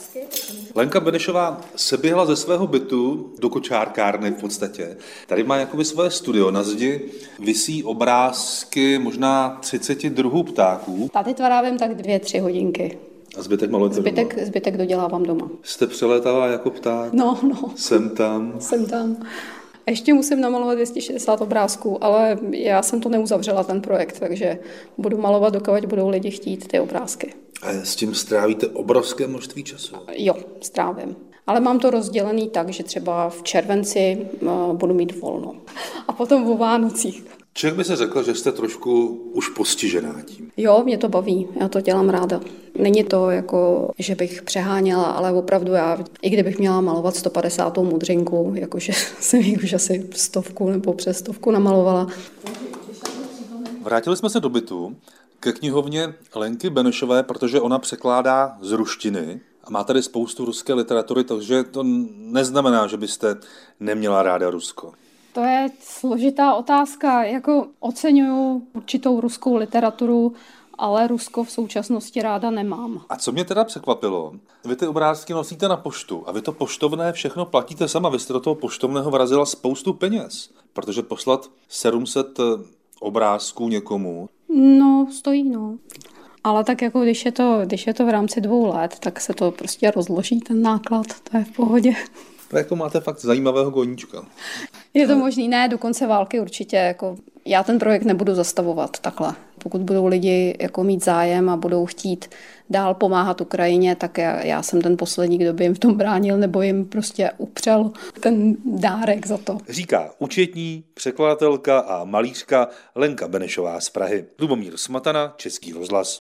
Lenka Benešová se běhla ze svého bytu do kočárkárny v podstatě. Tady má jakoby svoje studio. Na zdi visí obrázky možná 30 druhů ptáků. Tady trávím tak 2-3 hodinky. A zbytek malujete doma? Zbytek dodělávám doma. Jste přelétavá jako pták? No. Jsem tam. Ještě musím namalovat 260 obrázků, ale já jsem to neuzavřela, ten projekt, takže budu malovat, dokud budou lidi chtít ty obrázky. A s tím strávíte obrovské množství času? Jo, strávím. Ale mám to rozdělený tak, že třeba v červenci budu mít volno. A potom o Vánocích. Člověk by se řekl, že jste trošku už postižená tím. Jo, mě to baví, já to dělám ráda. Není to jako, že bych přeháněla, ale opravdu já, i kdybych měla malovat 150. modřinku, jakože jsem ji už asi 100 nebo přes 100 namalovala. Vrátili jsme se do bytu ke knihovně Lenky Benešové, protože ona překládá z ruštiny a má tady spoustu ruské literatury, takže to neznamená, že byste neměla ráda Rusko. To je složitá otázka. Jako oceňuju určitou ruskou literaturu, ale Rusko v současnosti ráda nemám. A co mě teda překvapilo, vy ty obrázky nosíte na poštu a vy to poštovné všechno platíte sama. Vy jste do toho poštovného vrazila spoustu peněz, protože poslat 700 obrázků někomu. No, stojí, no. Ale tak jako když je to v rámci 2 let, tak se to prostě rozloží ten náklad, to je v pohodě. To jako máte fakt zajímavého koníčka. Je to možný, ne, do konce války určitě. Jako, já ten projekt nebudu zastavovat takhle. Pokud budou lidi jako mít zájem a budou chtít dál pomáhat Ukrajině, tak já jsem ten poslední, kdo by jim v tom bránil nebo jim prostě upřel ten dárek za to. Říká účetní, překladatelka a malířka Lenka Benešová z Prahy. Lubomír Smatana, Český rozhlas.